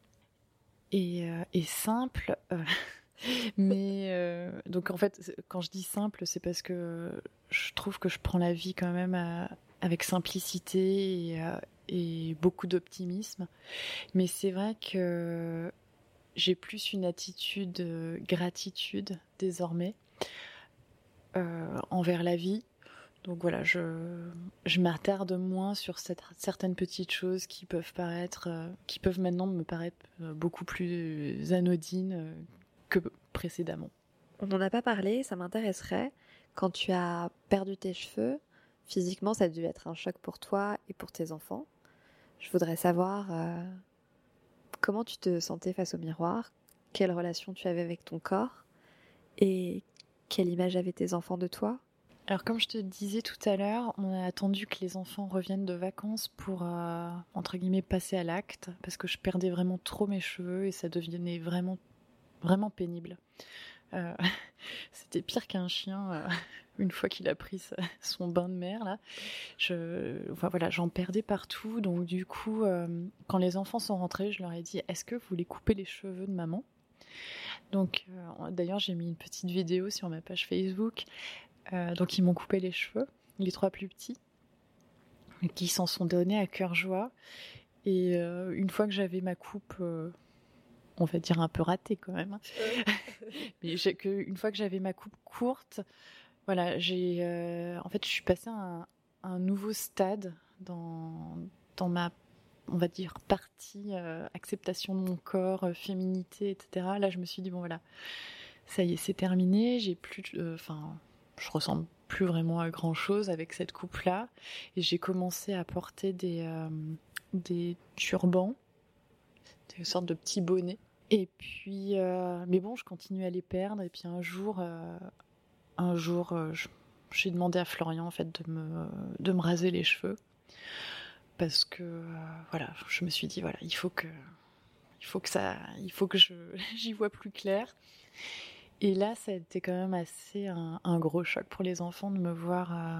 et, euh, et simple. Euh, mais euh, donc en fait, quand je dis simple, c'est parce que je trouve que je prends la vie quand même à, avec simplicité et, euh, et beaucoup d'optimisme. Mais c'est vrai que j'ai plus une attitude de gratitude désormais euh, envers la vie. Donc voilà, je, je m'attarde moins sur cette, certaines petites choses qui peuvent paraître, euh, qui peuvent maintenant me paraître euh, beaucoup plus anodines euh, que précédemment. On n'en a pas parlé, ça m'intéresserait. Quand tu as perdu tes cheveux, physiquement, ça a dû être un choc pour toi et pour tes enfants. Je voudrais savoir euh, comment tu te sentais face au miroir, quelle relation tu avais avec ton corps et quelle image avaient tes enfants de toi. Alors comme je te disais tout à l'heure, on a attendu que les enfants reviennent de vacances pour, euh, entre guillemets, passer à l'acte, parce que je perdais vraiment trop mes cheveux et ça devenait vraiment, vraiment pénible. Euh, c'était pire qu'un chien euh, une fois qu'il a pris sa, son bain de mer, là. Je, enfin, voilà, j'en perdais partout, donc du coup, euh, quand les enfants sont rentrés, je leur ai dit « Est-ce que vous voulez couper les cheveux de maman ?» Donc, euh, d'ailleurs, j'ai mis une petite vidéo sur ma page Facebook. Euh, donc ils m'ont coupé les cheveux, les trois plus petits, qui s'en sont donnés à cœur joie. Et euh, une fois que j'avais ma coupe, euh, on va dire un peu ratée quand même, hein. Mais j'ai que, une fois que j'avais ma coupe courte, voilà, j'ai, euh, en fait, je suis passée à un, un nouveau stade dans, dans ma, on va dire, partie euh, acceptation de mon corps, euh, féminité, et cetera. Là, je me suis dit bon voilà, ça y est, c'est terminé. J'ai plus, enfin. Euh, je ressemble plus vraiment à grand chose avec cette coupe-là. Et j'ai commencé à porter des, euh, des turbans, des sortes de petits bonnets. Et puis, euh, mais bon, je continue à les perdre. Et puis un jour, euh, un jour, euh, je, j'ai demandé à Florian en fait de me, de me raser les cheveux parce que euh, voilà, je me suis dit voilà, il faut que, il faut que ça, il faut que je, j'y vois plus clair. Et là, ça a été quand même assez un, un gros choc pour les enfants de me voir euh,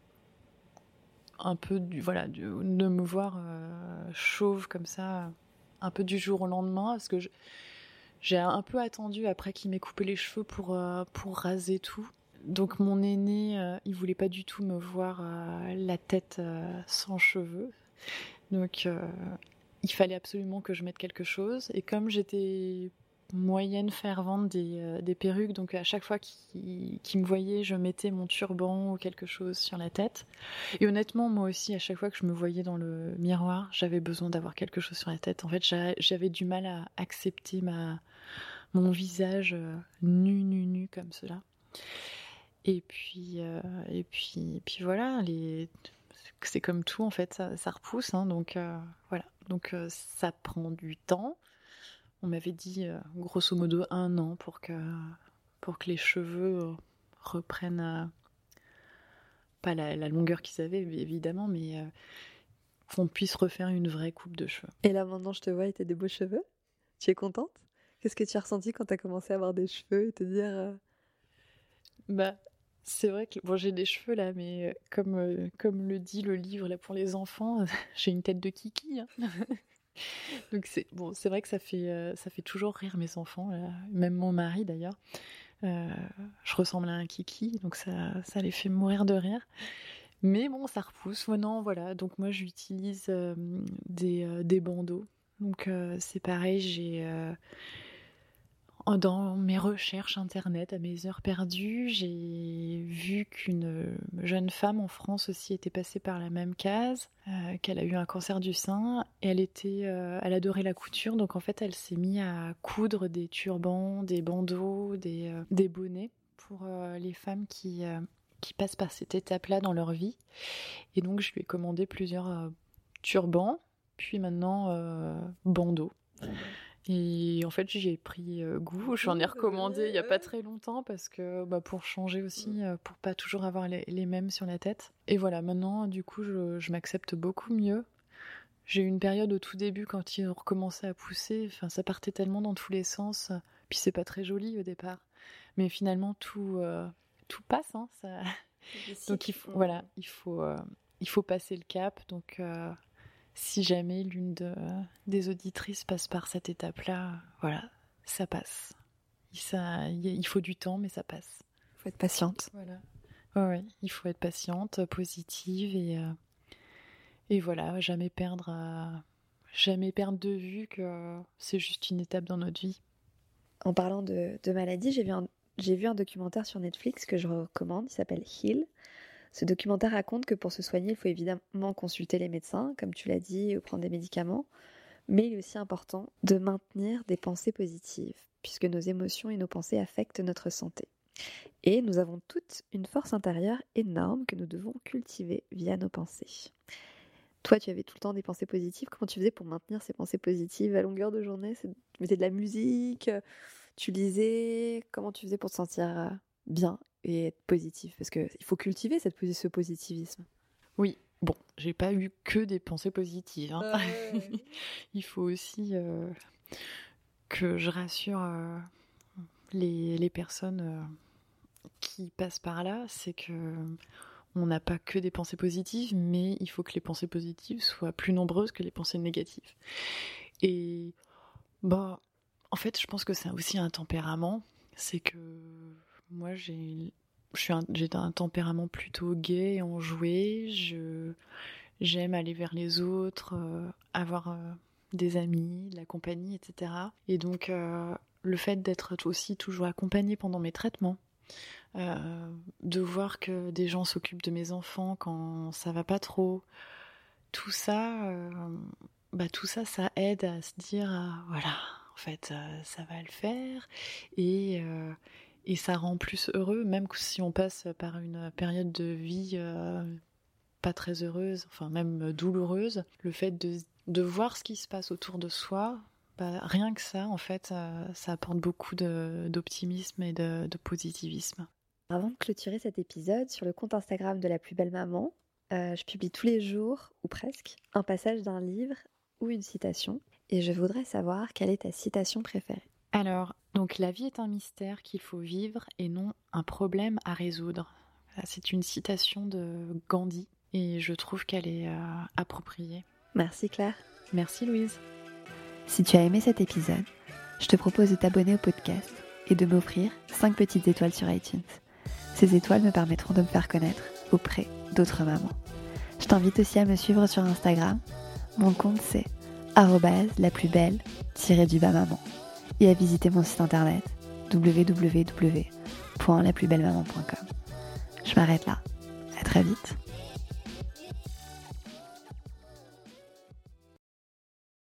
un peu du, voilà, du, de me voir euh, chauve comme ça, un peu du jour au lendemain, parce que je, j'ai un peu attendu après qu'il m'ait coupé les cheveux pour euh, pour raser tout. Donc mon aîné, euh, il voulait pas du tout me voir euh, la tête euh, sans cheveux. Donc euh, il fallait absolument que je mette quelque chose. Et comme j'étais moyenne fervente des, euh, des perruques, donc à chaque fois qu'il, qu'il me voyait, je mettais mon turban ou quelque chose sur la tête. Et honnêtement, moi aussi, à chaque fois que je me voyais dans le miroir, j'avais besoin d'avoir quelque chose sur la tête. En fait, j'avais du mal à accepter ma, mon visage euh, nu, nu, nu comme cela. Et puis, euh, et puis, et puis voilà, les... c'est comme tout en fait, ça, ça repousse, hein, donc euh, voilà. Donc euh, ça prend du temps. On m'avait dit euh, grosso modo un an pour que, pour que les cheveux euh, reprennent euh, pas la, la longueur qu'ils avaient évidemment, mais euh, qu'on puisse refaire une vraie coupe de cheveux. Et là maintenant je te vois et t'as des beaux cheveux. Tu es contente ? Qu'est-ce que tu as ressenti quand t'as commencé à avoir des cheveux et te dire... Euh... Bah, c'est vrai que bon, j'ai des cheveux là, mais comme, euh, comme le dit le livre là pour les enfants, j'ai une tête de kiki. Hein. Donc c'est bon, c'est vrai que ça fait euh, ça fait toujours rire mes enfants, là. Même mon mari d'ailleurs. Euh, je ressemble à un kiki, donc ça ça les fait mourir de rire. Mais bon, ça repousse. Ouais, non, voilà. Donc moi j'utilise euh, des euh, des bandeaux. Donc euh, c'est pareil, j'ai euh, dans mes recherches internet, à mes heures perdues, j'ai vu qu'une jeune femme en France aussi était passée par la même case, euh, qu'elle a eu un cancer du sein, et elle était, euh, elle adorait la couture, donc en fait elle s'est mise à coudre des turbans, des bandeaux, des, euh, des bonnets pour euh, les femmes qui, euh, qui passent par cette étape-là dans leur vie. Et donc je lui ai commandé plusieurs euh, turbans, puis maintenant euh, bandeaux. Et en fait, j'y ai pris euh, goût. J'en ai recommandé il n'y a pas très longtemps parce que bah, pour changer aussi, euh, pour pas toujours avoir les, les mêmes sur la tête. Et voilà, maintenant, du coup, je, je m'accepte beaucoup mieux. J'ai eu une période au tout début quand ils ont recommencé à pousser. Enfin, ça partait tellement dans tous les sens. Puis c'est pas très joli au départ. Mais finalement, tout, euh, tout passe. Hein, ça... Donc il faut, voilà, il faut, euh, il faut passer le cap. Donc euh, si jamais l'une de, des auditrices passe par cette étape-là, voilà, ça passe. Ça, il faut du temps, mais ça passe. Il faut être patiente. Voilà. Ouais, ouais, il faut être patiente, positive et, euh, et voilà, jamais perdre, euh, jamais perdre de vue que c'est juste une étape dans notre vie. En parlant de, de maladie, j'ai vu, un, j'ai vu un documentaire sur Netflix que je recommande, il s'appelle Heal. Ce documentaire raconte que pour se soigner, il faut évidemment consulter les médecins, comme tu l'as dit, ou prendre des médicaments, mais il est aussi important de maintenir des pensées positives, puisque nos émotions et nos pensées affectent notre santé. Et nous avons toutes une force intérieure énorme que nous devons cultiver via nos pensées. Toi, tu avais tout le temps des pensées positives. Comment tu faisais pour maintenir ces pensées positives à longueur de journée ? Tu mettais de la musique, tu lisais. Comment tu faisais pour te sentir bien et être positif ? Parce qu'il faut cultiver cette, ce positivisme. Oui, bon, j'ai pas eu que des pensées positives. Hein. Euh... Il faut aussi euh, que je rassure euh, les, les personnes euh, qui passent par là. C'est que on n'a pas que des pensées positives, mais il faut que les pensées positives soient plus nombreuses que les pensées négatives. Et bah, en fait, je pense que c'est aussi un tempérament. C'est que moi, j'ai, je suis un, j'ai un tempérament plutôt gai, enjoué. Je, j'aime aller vers les autres, euh, avoir euh, des amis, de la compagnie, et cetera. Et donc, euh, le fait d'être aussi toujours accompagnée pendant mes traitements, Euh, de voir que des gens s'occupent de mes enfants quand ça va pas trop, tout ça, euh, bah tout ça, ça aide à se dire, euh, voilà, en fait, euh, ça va le faire, et euh, et ça rend plus heureux, même si on passe par une période de vie euh, pas très heureuse, enfin même douloureuse, le fait de de voir ce qui se passe autour de soi. Bah, rien que ça, en fait, ça, ça apporte beaucoup de, d'optimisme et de, de positivisme. Avant de clôturer cet épisode, sur le compte Instagram de La Plus Belle Maman, euh, je publie tous les jours, ou presque, un passage d'un livre ou une citation. Et je voudrais savoir quelle est ta citation préférée. Alors, donc la vie est un mystère qu'il faut vivre et non un problème à résoudre. C'est une citation de Gandhi et je trouve qu'elle est euh, appropriée. Merci Claire. Merci Louise. Si tu as aimé cet épisode, je te propose de t'abonner au podcast et de m'offrir cinq petites étoiles sur iTunes. Ces étoiles me permettront de me faire connaître auprès d'autres mamans. Je t'invite aussi à me suivre sur Instagram. Mon compte c'est arobase la plus belle du bas maman et à visiter mon site internet w w w point la plus belle maman point com. Je m'arrête là. À très vite.